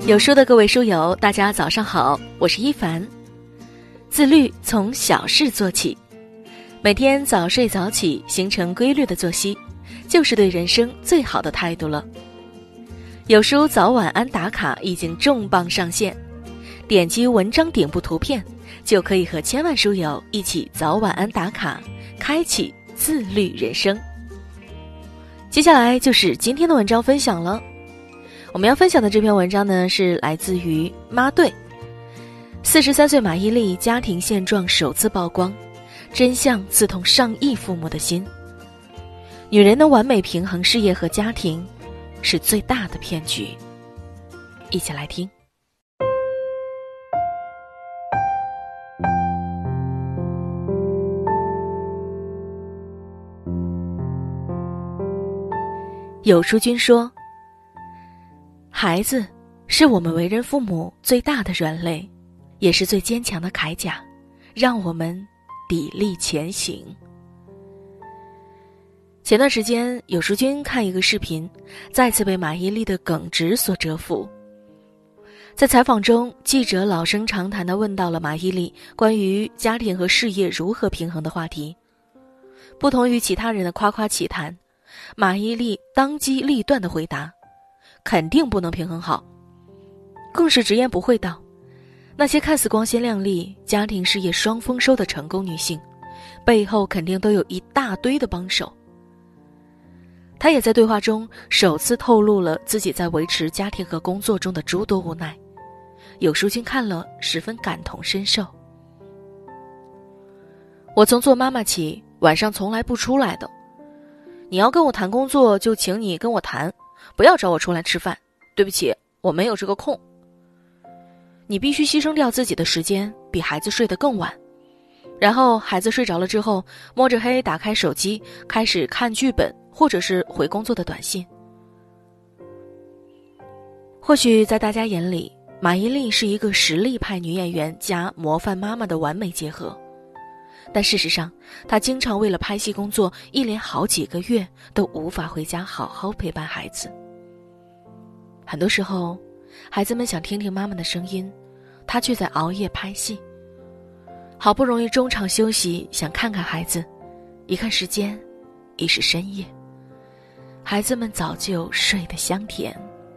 有书的各位书友，大家早上好，我是一凡。自律从小事做起，每天早睡早起，形成规律的作息，就是对人生最好的态度了。有书早晚安打卡已经重磅上线，点击文章顶部图片，就可以和千万书友一起早晚安打卡，开启自律人生。接下来就是今天的文章分享了。我们要分享的这篇文章呢，是来自于妈队。43岁马伊琍家庭现状首次曝光，真相刺痛上亿父母的心。女人的完美平衡事业和家庭，是最大的骗局。一起来听。有书君说，孩子是我们为人父母最大的软肋，也是最坚强的铠甲，让我们砥砺前行。前段时间有书君看一个视频，再次被马伊琍的耿直所折服。在采访中，记者老生常谈地问到了马伊琍关于家庭和事业如何平衡的话题。不同于其他人的夸夸其谈，马伊琍当机立断地回答，肯定不能平衡好。更是直言不讳道，那些看似光鲜亮丽、家庭事业双丰收的成功女性，背后肯定都有一大堆的帮手。她也在对话中首次透露了自己在维持家庭和工作中的诸多无奈，有书君看了十分感同身受。我从做妈妈起，晚上从来不出来的。你要跟我谈工作，就请你跟我谈，不要找我出来吃饭，对不起，我没有这个空。你必须牺牲掉自己的时间，比孩子睡得更晚，然后孩子睡着了之后，摸着黑打开手机，开始看剧本，或者是回工作的短信。或许在大家眼里，马伊琍是一个实力派女演员加模范妈妈的完美结合，但事实上，她经常为了拍戏工作，一连好几个月都无法回家好好陪伴孩子。很多时候，孩子们想听听妈妈的声音，她却在熬夜拍戏。好不容易中场休息，想看看孩子，一看时间，已是深夜，孩子们早就睡得香甜。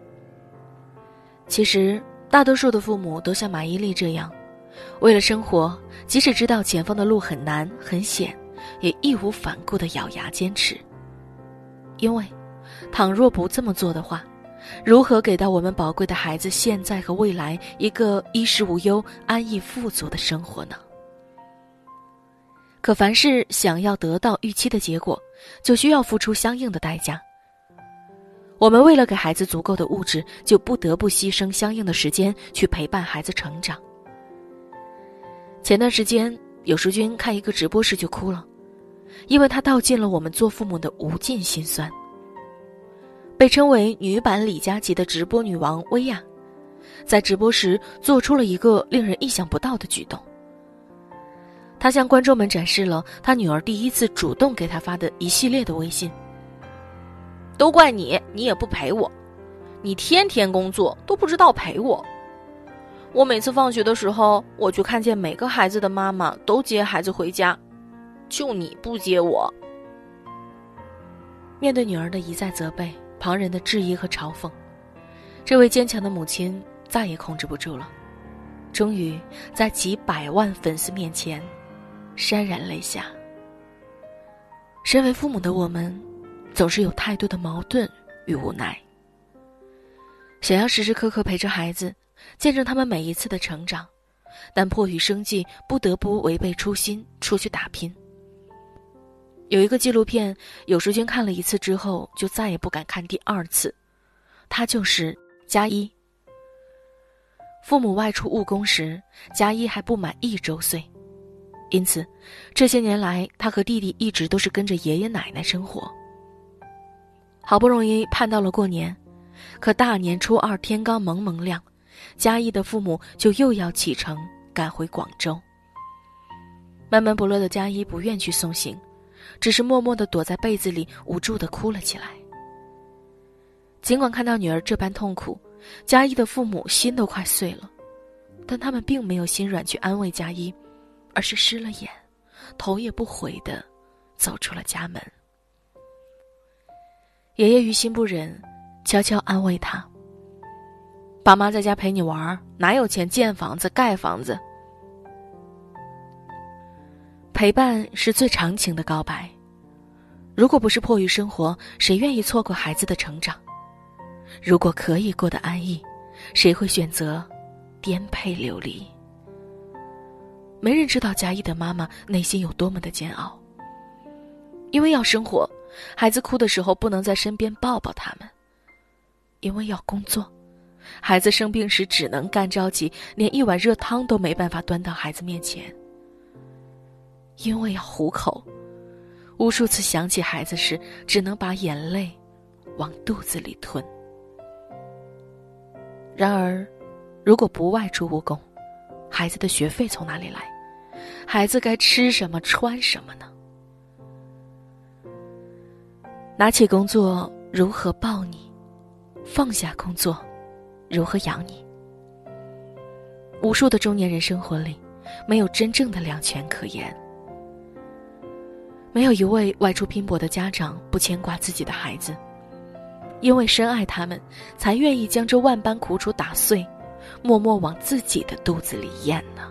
其实，大多数的父母都像马伊琍这样，为了生活，即使知道前方的路很难很险，也义无反顾地咬牙坚持。因为倘若不这么做的话，如何给到我们宝贵的孩子现在和未来一个衣食无忧、安逸富足的生活呢？可凡是想要得到预期的结果，就需要付出相应的代价。我们为了给孩子足够的物质，就不得不牺牲相应的时间去陪伴孩子成长。前段时间，有书君看一个直播时就哭了，因为他道尽了我们做父母的无尽心酸。被称为女版李佳琦的直播女王薇娅，在直播时做出了一个令人意想不到的举动。她向观众们展示了她女儿第一次主动给她发的一系列的微信。都怪你，你也不陪我，你天天工作都不知道陪我。我每次放学的时候，我就看见每个孩子的妈妈都接孩子回家，就你不接我。面对女儿的一再责备，旁人的质疑和嘲讽，这位坚强的母亲再也控制不住了，终于在几百万粉丝面前潸然泪下。身为父母的我们，总是有太多的矛盾与无奈，想要时时刻刻陪着孩子，见证他们每一次的成长，但迫于生计，不得不违背初心出去打拼。有一个纪录片，有书君看了一次之后就再也不敢看第二次，它就是佳一。父母外出务工时，佳一还不满1周岁，因此这些年来他和弟弟一直都是跟着爷爷奶奶生活。好不容易盼到了过年，可大年初2天刚蒙蒙亮，佳一的父母就又要启程赶回广州。闷闷不乐的佳一不愿去送行，只是默默地躲在被子里无助地哭了起来。尽管看到女儿这般痛苦， 佳一的父母心都快碎了，但他们并没有心软去安慰佳一，而是湿了眼，头也不回地走出了家门。爷爷于心不忍，悄悄安慰他：爸妈在家陪你玩，哪有钱建房子盖房子？陪伴是最长情的告白，如果不是迫于生活，谁愿意错过孩子的成长？如果可以过得安逸，谁会选择颠沛流离？没人知道佳一的妈妈内心有多么的煎熬。因为要生活，孩子哭的时候不能在身边抱抱他们；因为要工作，孩子生病时只能干着急，连一碗热汤都没办法端到孩子面前；因为要糊口，无数次想起孩子时，只能把眼泪往肚子里吞。然而，如果不外出务工，孩子的学费从哪里来？孩子该吃什么穿什么呢？拿起工作如何抱你，放下工作如何养你？无数的中年人生活里，没有真正的两全可言。没有一位外出拼搏的家长不牵挂自己的孩子，因为深爱他们，才愿意将这万般苦楚打碎，默默往自己的肚子里咽呢。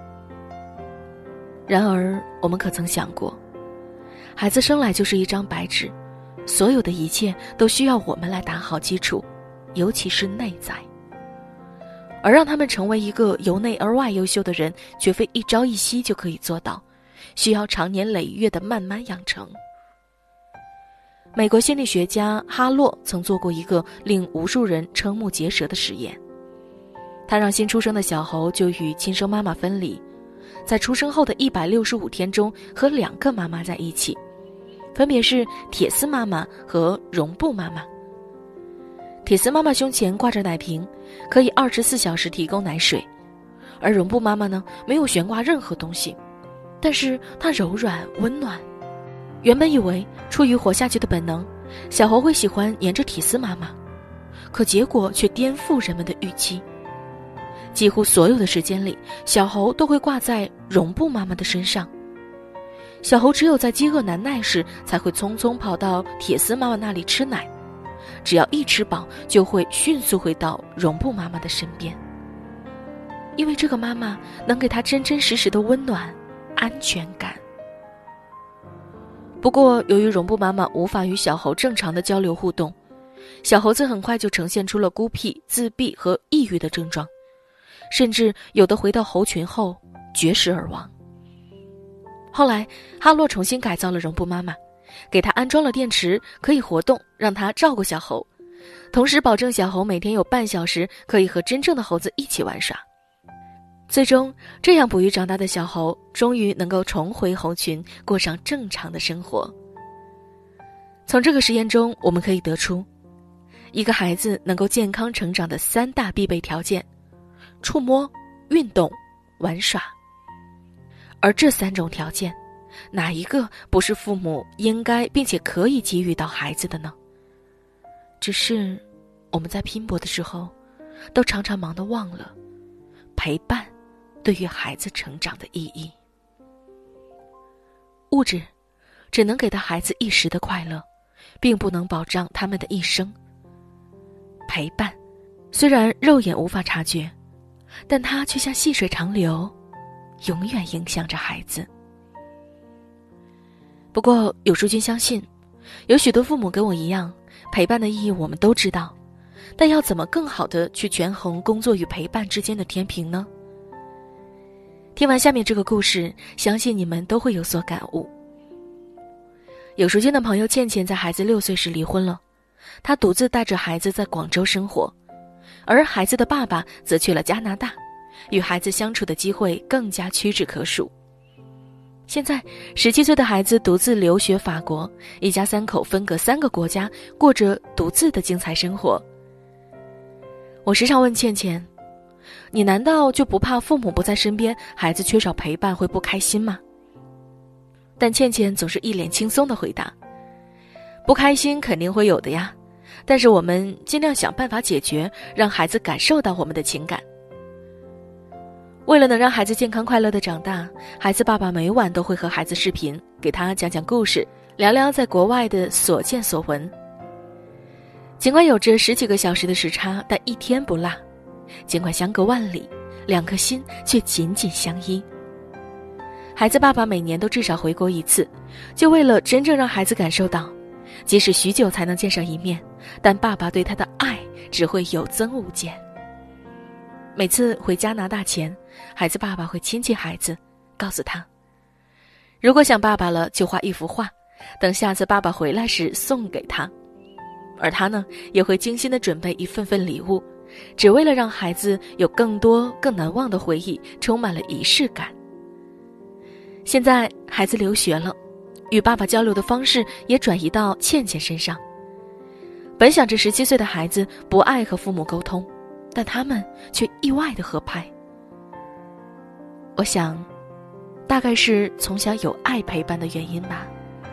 然而，我们可曾想过，孩子生来就是一张白纸，所有的一切都需要我们来打好基础，尤其是内在。而让他们成为一个由内而外优秀的人，绝非一朝一夕就可以做到，需要长年累月的慢慢养成。美国心理学家哈洛曾做过一个令无数人瞠目结舌的实验，他让新出生的小猴就与亲生妈妈分离，在出生后的165天中和2个妈妈在一起，分别是铁丝妈妈和绒布妈妈。铁丝妈妈胸前挂着奶瓶，可以24小时提供奶水，而绒布妈妈呢，没有悬挂任何东西，但是它柔软温暖。原本以为出于活下去的本能，小猴会喜欢黏着铁丝妈妈，可结果却颠覆人们的预期。几乎所有的时间里，小猴都会挂在绒布妈妈的身上。小猴只有在饥饿难耐时，才会匆匆跑到铁丝妈妈那里吃奶，只要一吃饱，就会迅速回到绒布妈妈的身边。因为这个妈妈能给他真真实实的温暖、安全感。不过，由于绒布妈妈无法与小猴正常的交流互动，小猴子很快就呈现出了孤僻、自闭和抑郁的症状，甚至有的回到猴群后绝食而亡。后来，哈洛重新改造了绒布妈妈，给她安装了电池，可以活动，让她照顾小猴，同时保证小猴每天有半小时可以和真正的猴子一起玩耍。最终，这样哺育长大的小猴终于能够重回猴群，过上正常的生活。从这个实验中，我们可以得出，一个孩子能够健康成长的3大必备条件：触摸、运动、玩耍。而这3种条件，哪一个不是父母应该并且可以给予到孩子的呢？只是我们在拼搏的时候，都常常忙得忘了陪伴对于孩子成长的意义。物质只能给到孩子一时的快乐，并不能保障他们的一生。陪伴虽然肉眼无法察觉，但它却像细水长流，永远影响着孩子。不过有书君相信，有许多父母跟我一样，陪伴的意义我们都知道，但要怎么更好地去权衡工作与陪伴之间的天平呢？听完下面这个故事，相信你们都会有所感悟。有书君的朋友倩倩在孩子6岁时离婚了，她独自带着孩子在广州生活，而孩子的爸爸则去了加拿大，与孩子相处的机会更加屈指可数。现在17岁的孩子独自留学法国，一家3口分隔3个国家，过着独自的精彩生活。我时常问倩倩，你难道就不怕父母不在身边，孩子缺少陪伴会不开心吗？但倩倩总是一脸轻松地回答，不开心肯定会有的呀， 但是我们尽量想办法解决，让孩子感受到我们的情感。为了能让孩子健康快乐地长大，孩子爸爸每晚都会和孩子视频，给他讲讲故事，聊聊在国外的所见所闻。尽管有着10几个小时的时差，但一天不落；尽管相隔万里，两颗心却紧紧相依。孩子爸爸每年都至少回国一次，就为了真正让孩子感受到，即使许久才能见上一面，但爸爸对他的爱只会有增无减。每次回加拿大前，孩子爸爸会亲近孩子，告诉他，如果想爸爸了，就画一幅画，等下次爸爸回来时送给他。而他呢，也会精心地准备一份份礼物，只为了让孩子有更多更难忘的回忆，充满了仪式感。现在孩子留学了，与爸爸交流的方式也转移到倩倩身上。本想着17岁的孩子不爱和父母沟通，但他们却意外的合拍。我想，大概是从小有爱陪伴的原因吧。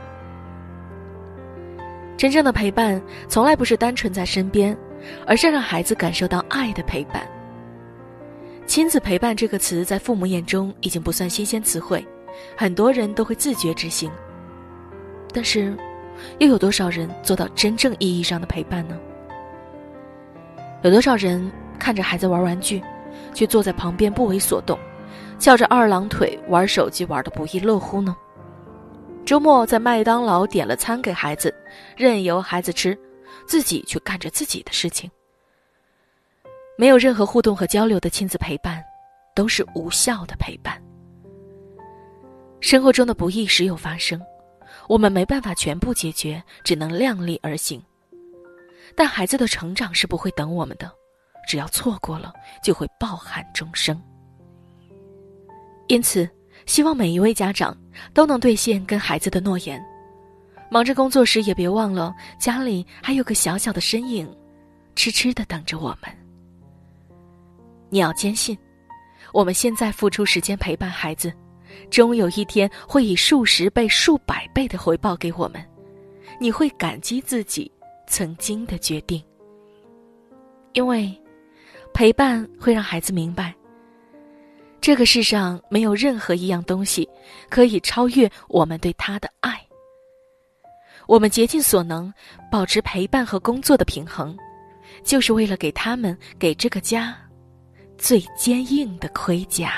真正的陪伴从来不是单纯在身边，而是让孩子感受到爱的陪伴。亲子陪伴这个词在父母眼中已经不算新鲜词汇，很多人都会自觉执行。但是，又有多少人做到真正意义上的陪伴呢？有多少人看着孩子玩玩具，却坐在旁边不为所动，翘着二郎腿玩手机玩得不亦乐乎呢？周末在麦当劳点了餐给孩子，任由孩子吃，自己去干着自己的事情。没有任何互动和交流的亲子陪伴，都是无效的陪伴。生活中的不易时有发生，我们没办法全部解决，只能量力而行。但孩子的成长是不会等我们的，只要错过了，就会抱憾终生。因此，希望每一位家长都能兑现跟孩子的诺言，忙着工作时也别忘了家里还有个小小的身影，痴痴地等着我们。你要坚信，我们现在付出时间陪伴孩子，终有一天会以数十倍、数百倍的回报给我们，你会感激自己曾经的决定。因为陪伴会让孩子明白，这个世上没有任何一样东西可以超越我们对他的爱。我们竭尽所能保持陪伴和工作的平衡，就是为了给他们，给这个家最坚硬的盔甲。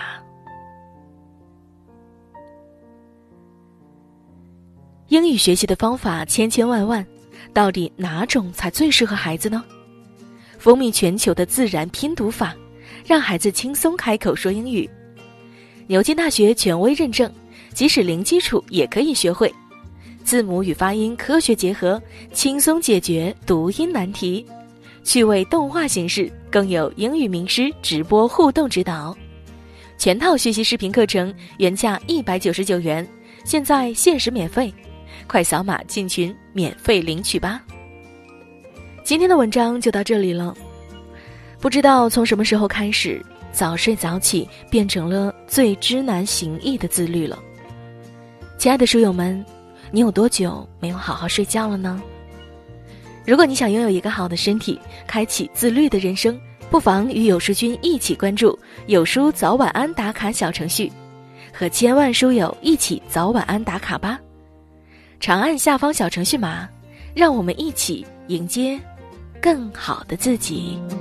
英语学习的方法千千万万，到底哪种才最适合孩子呢？风靡全球的自然拼读法，让孩子轻松开口说英语。牛津大学权威认证，即使零基础也可以学会。字母与发音科学结合，轻松解决读音难题。趣味动画形式，更有英语名师直播互动指导。全套学习视频课程原价199元，现在限时免费，快扫码进群免费领取吧。今天的文章就到这里了。不知道从什么时候开始，早睡早起变成了最知难行易的自律了。亲爱的书友们，你有多久没有好好睡觉了呢？如果你想拥有一个好的身体，开启自律的人生，不妨与有书君一起关注有书早晚安打卡小程序，和千万书友一起早晚安打卡吧。长按下方小程序码，让我们一起迎接更好的自己。